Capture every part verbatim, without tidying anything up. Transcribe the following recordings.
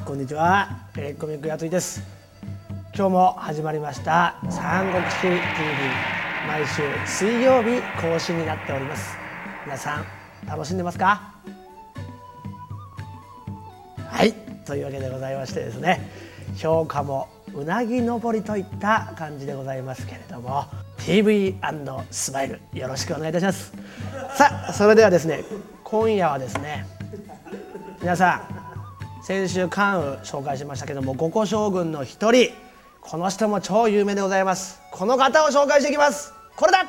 こんにちは、えー、コミックやついです。今日も始まりました三国志 ティーブイ、毎週水曜日更新になっております。皆さん楽しんでますか？はい、というわけでございましてですね、評価もうなぎ登りといった感じでございますけれども、 ティーブイ & スマイルよろしくお願いいたします。さあ、それではですね、今夜はですね、皆さん先週関羽紹介しましたけども、五個将軍の一人、この人も超有名でございます。この方を紹介していきます。これだ。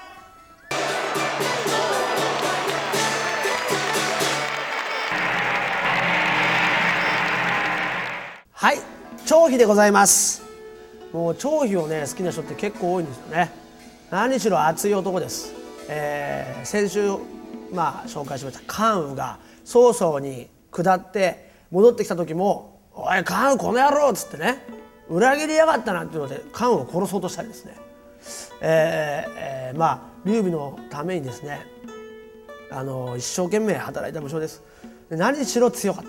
はい、張飛でございます。もう張飛をね好きな人って結構多いんですよね。何しろ熱い男です。えー、先週まあ紹介しました関羽が曹操に下って戻ってきた時も「おい関羽この野郎」っつってね、裏切りやがったなんていうので関羽を殺そうとしたりですね、えーえー、まあ劉備のためにですね、あの一生懸命働いた武将です。で何しろ強かった、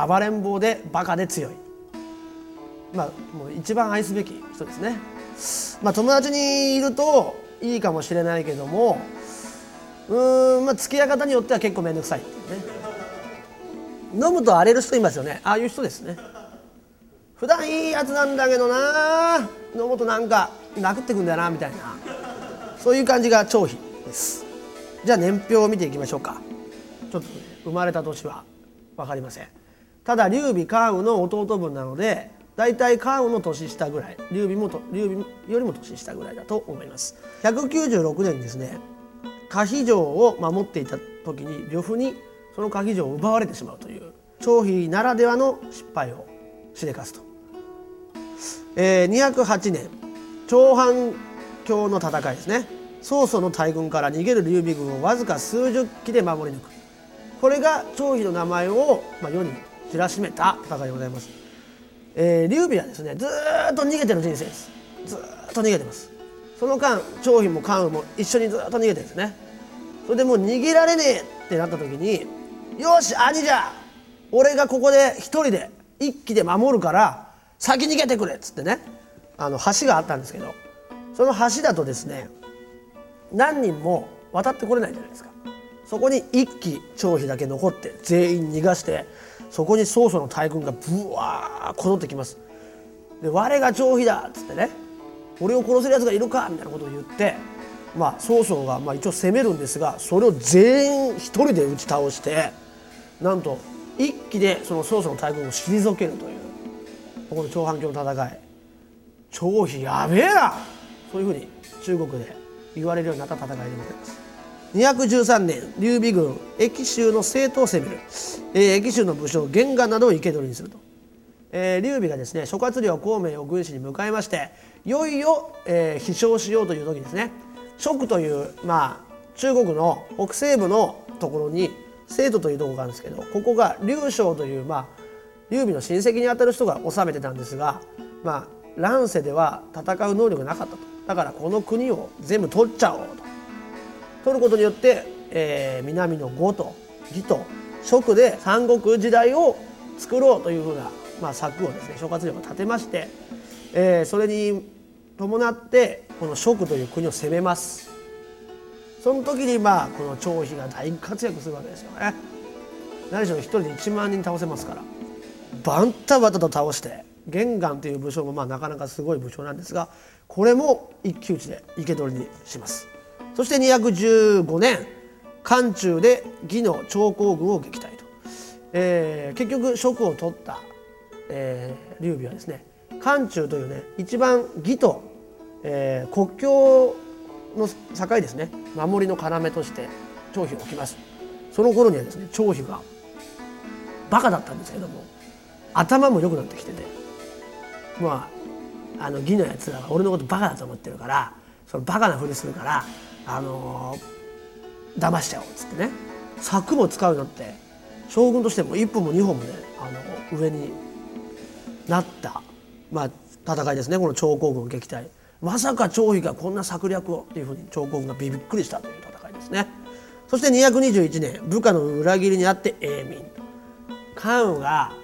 暴れん坊でバカで強い、まあもう一番愛すべき人ですね。まあ友達にいるといいかもしれないけども、うーんまあ付き合い方によっては結構面倒くさいっていうね。飲むと荒れる人いますよね。ああいう人ですね。普段いいやつなんだけどな、飲むとなんか殴ってくんだよなみたいな、そういう感じが張飛です。じゃあ年表を見ていきましょうか。ちょっと、ね、生まれた年は分かりません。ただ劉備関羽の弟分なので、だいたい関羽の年下ぐらい、劉備もと劉備よりも年下ぐらいだと思います。ひゃくきゅうじゅうろくねんにですね、可否城を守っていた時に呂布にその可否城を奪われてしまうという張飛ならではの失敗をしでかすと、えー、にひゃくはちねん長反橋の戦いですね。曹操の大軍から逃げる劉備軍をわずか数十騎で守り抜く、これが張飛の名前を、まあ、世に知らしめた戦いでございます。えー、劉備はですねずーっと逃げてる人生です。ずーっと逃げてます。その間張飛も関羽も一緒にずーっと逃げてるんですね。それでもう逃げられねえってなった時に、よし兄じゃ、俺がここで一人で一騎で守るから先逃げてくれっつってね、あの橋があったんですけど、その橋だとですね何人も渡ってこれないじゃないですか。そこに一騎張飛だけ残って全員逃がして、そこに曹操の大軍がブワーこぞってきます。で我が張飛だっつってね、俺を殺せるやつがいるかみたいなことを言って、まあ曹操がまあ一応攻めるんですが、それを全員一人で打ち倒して、なんと一騎でその曹操の大軍を退けるという、ここの長反橋の戦い、張飛やべえな、そういうふうに中国で言われるようになった戦いでございます。にひゃくじゅうさんねん劉備軍益州の西都を攻める、えー、益州の武将源願などを生け捕りにすると、えー、劉備がですね諸葛亮孔明を軍師に迎えまして、いよいよ、えー、飛翔しようという時ですね、蜀という、まあ、中国の北西部のところに西都というところがあるんですけど、ここが劉将という、まあ、劉備の親戚にあたる人が治めてたんですが、まあ、乱世では戦う能力がなかったと。だからこの国を全部取っちゃおうと。取ることによって、えー、南の呉と魏と蜀で三国時代を作ろうというふうな、まあ、策をですね諸葛亮が立てまして、えー、それに伴ってこの蜀という国を攻めます。その時にまあこの張飛が大活躍するわけですよね。何しろ一人でいちまんにん倒せますから、バンタバタと倒して、源願という武将もまあなかなかすごい武将なんですが、これも一騎打ちで生け捕りにします。そしてにひゃくじゅうごねん漢中で魏の長江軍を撃退と、えー、結局蜀を取った、えー、劉備はですね、漢中というね一番魏と、えー、国境の境ですね、守りの要として張飛を置きます。その頃にはですね張飛がバカだったんですけども、頭も良くなってきてて、まああの魏のやつらは俺のことバカだと思ってるから、そのバカなふりするからあのー、騙しちゃおうっつってね、策も使うようになって、将軍としても一歩も二歩もねあの上になった、まあ、戦いですね。この長江軍撃退、まさか張飛がこんな策略をっていうふうに長江軍がびっくりしたという戦いですね。そしてにひゃくにじゅういちねん部下の裏切りにあって永民、関羽が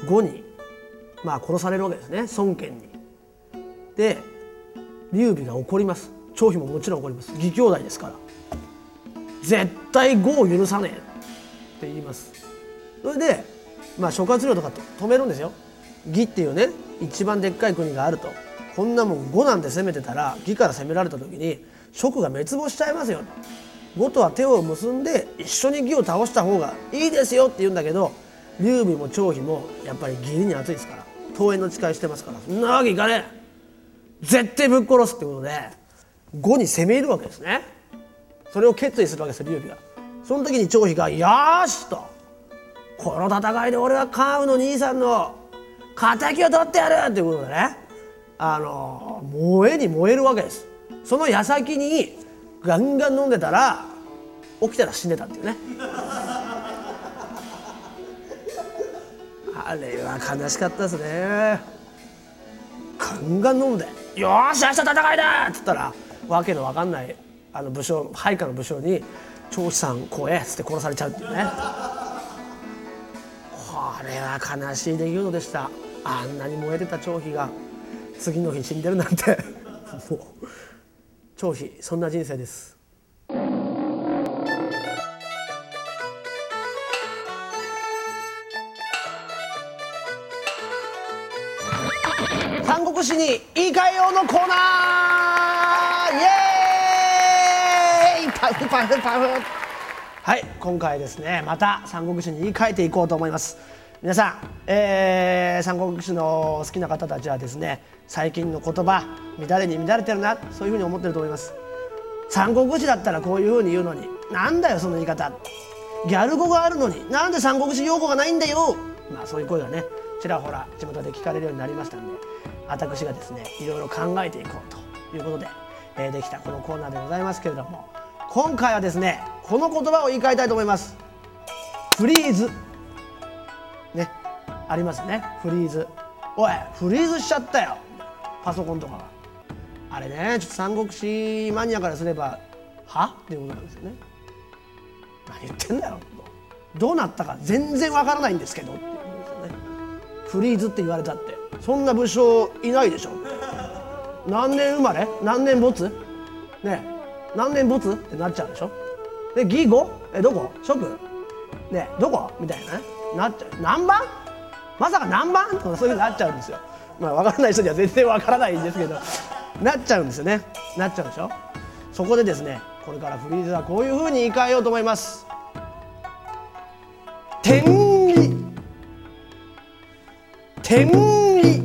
後にまあ殺されるわけですね、孫権に。で劉備が怒ります。張飛ももちろん怒ります。義兄弟ですから絶対呉を許さねえって言います。それでまあ諸葛亮とかと止めるんですよ。義っていうね一番でっかい国があると、こんなもん呉なんて攻めてたら義から攻められた時に蜀が滅亡しちゃいますよと、呉とは手を結んで一緒に義を倒した方がいいですよって言うんだけど、劉備も張飛もやっぱり義理に熱いですから、桃園の誓いしてますから、そんなわけいかねえ絶対ぶっ殺すってことで呉に攻め入るわけですね。それを決意するわけですよ劉備が。その時に張飛が「よーし!」と「この戦いで俺は関羽の兄さんの敵を取ってやる!」ということでね、あの燃えに燃えるわけです。その矢先にガンガン飲んでたら起きたら死んでたっていうねあれは悲しかったですね。ガンガン飲んで「よーし明日戦いだ!」っつったらわけのわかんないあの武将配下の武将に「張飛さん怖え」っつって殺されちゃうっていうねこれは悲しい出来事でした。あんなに燃えてた張飛が次の日死んでるなんてもう張飛そんな人生です。三国志に言い換えようのコーナー、イエーイパフパフパフ。はい、今回ですねまた三国志に言い換えていこうと思います。皆さん、えー、三国志の好きな方たちはですね最近の言葉乱れに乱れてるなそういうふうに思ってると思います。三国志だったらこういうふうに言うのになんだよその言い方、ギャル語があるのになんで三国志用語がないんだよ、まあそういう声がねちらほら巷で聞かれるようになりましたんで、私がですねいろいろ考えていこうということで、えー、できたこのコーナーでございますけれども、今回はですねこの言葉を言い換えたいと思います。フリーズね、ありますよねフリーズ。おいフリーズしちゃったよパソコンとかが。あれねちょっと三国志マニアからすればはっていうことなんですよね。何言ってんだよどうなったか全然わからないんですけどっていうことですよね。フリーズって言われたってそんな武将いないでしょ。何年生まれ何年没ね何年没ってなっちゃうでしょ。で義語えどこ職ねどこみたいなねなっちゃう。何番まさか何番とかそういうふうになっちゃうんですよ。まあ分からない人には全然分からないんですけどなっちゃうんですよね。なっちゃうでしょ。そこでですねこれからフリーズはこういうふうに言い換えようと思います。天意天意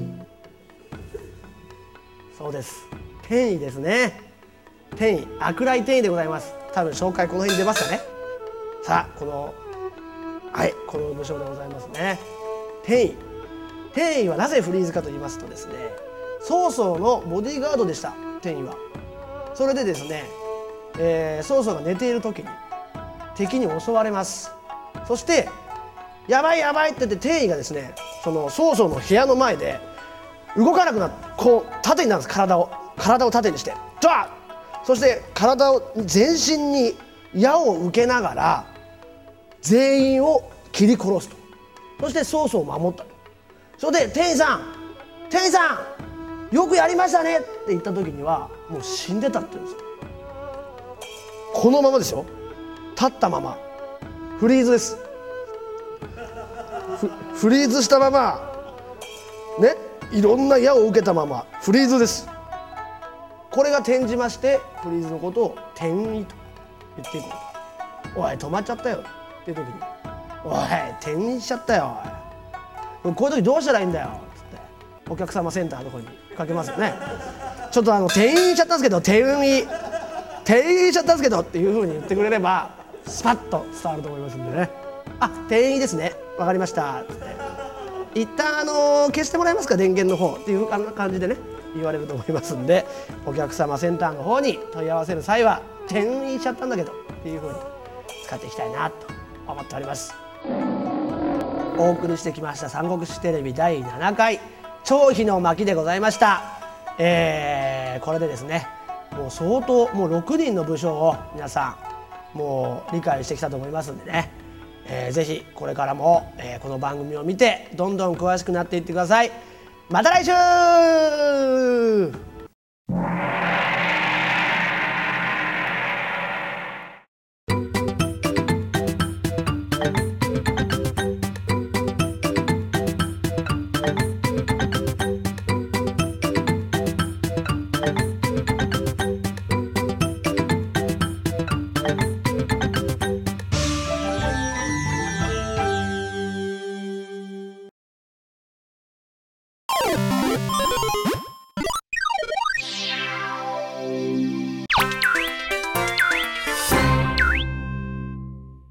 そうです天意ですね。天意悪来天意でございます。多分紹介この辺に出ますかね。さあこのはいこの武将でございますね。天意天意はなぜフリーズかと言いますとですね曹操のボディーガードでした天意は。それでですね、えー、曹操が寝ている時に敵に襲われます。そしてやばいやばいって言って天意がですねその曹操の部屋の前で動かなくなってこう縦になるんです。体を体を縦にしてドワッそして体を全身に矢を受けながら全員を切り殺すと。そして曹操を守ったと。それで天意さん天意さんよくやりましたねって言った時にはもう死んでたって言うんですよ。このままですよ立ったままフリーズです。フ, フリーズしたままねいろんな矢を受けたままフリーズです。これが転じましてフリーズのことを天意と言っていこうと。おい止まっちゃったよっていう時におい転意しちゃったよおいこういう時どうしたらいいんだよつってお客様センターの方にかけますよね。ちょっとあの転意しちゃったんですけど転意転意しちゃったんですけどっていう風に言ってくれればスパッと伝わると思いますんでね。あ転意ですねわかりましたつって一旦あのー、消してもらえますか電源の方っていう感じでね言われると思いますんでお客様センターの方に問い合わせる際は転意しちゃったんだけどっていう風に使っていきたいなと思っております。お送りしてきました三国志テレビだいななかい張飛の巻でございました。えー、これでですねもう相当もうろくにんの武将を皆さんもう理解してきたと思いますんでね、 えー、ぜひこれからも、えー、この番組を見てどんどん詳しくなっていってください。また来週。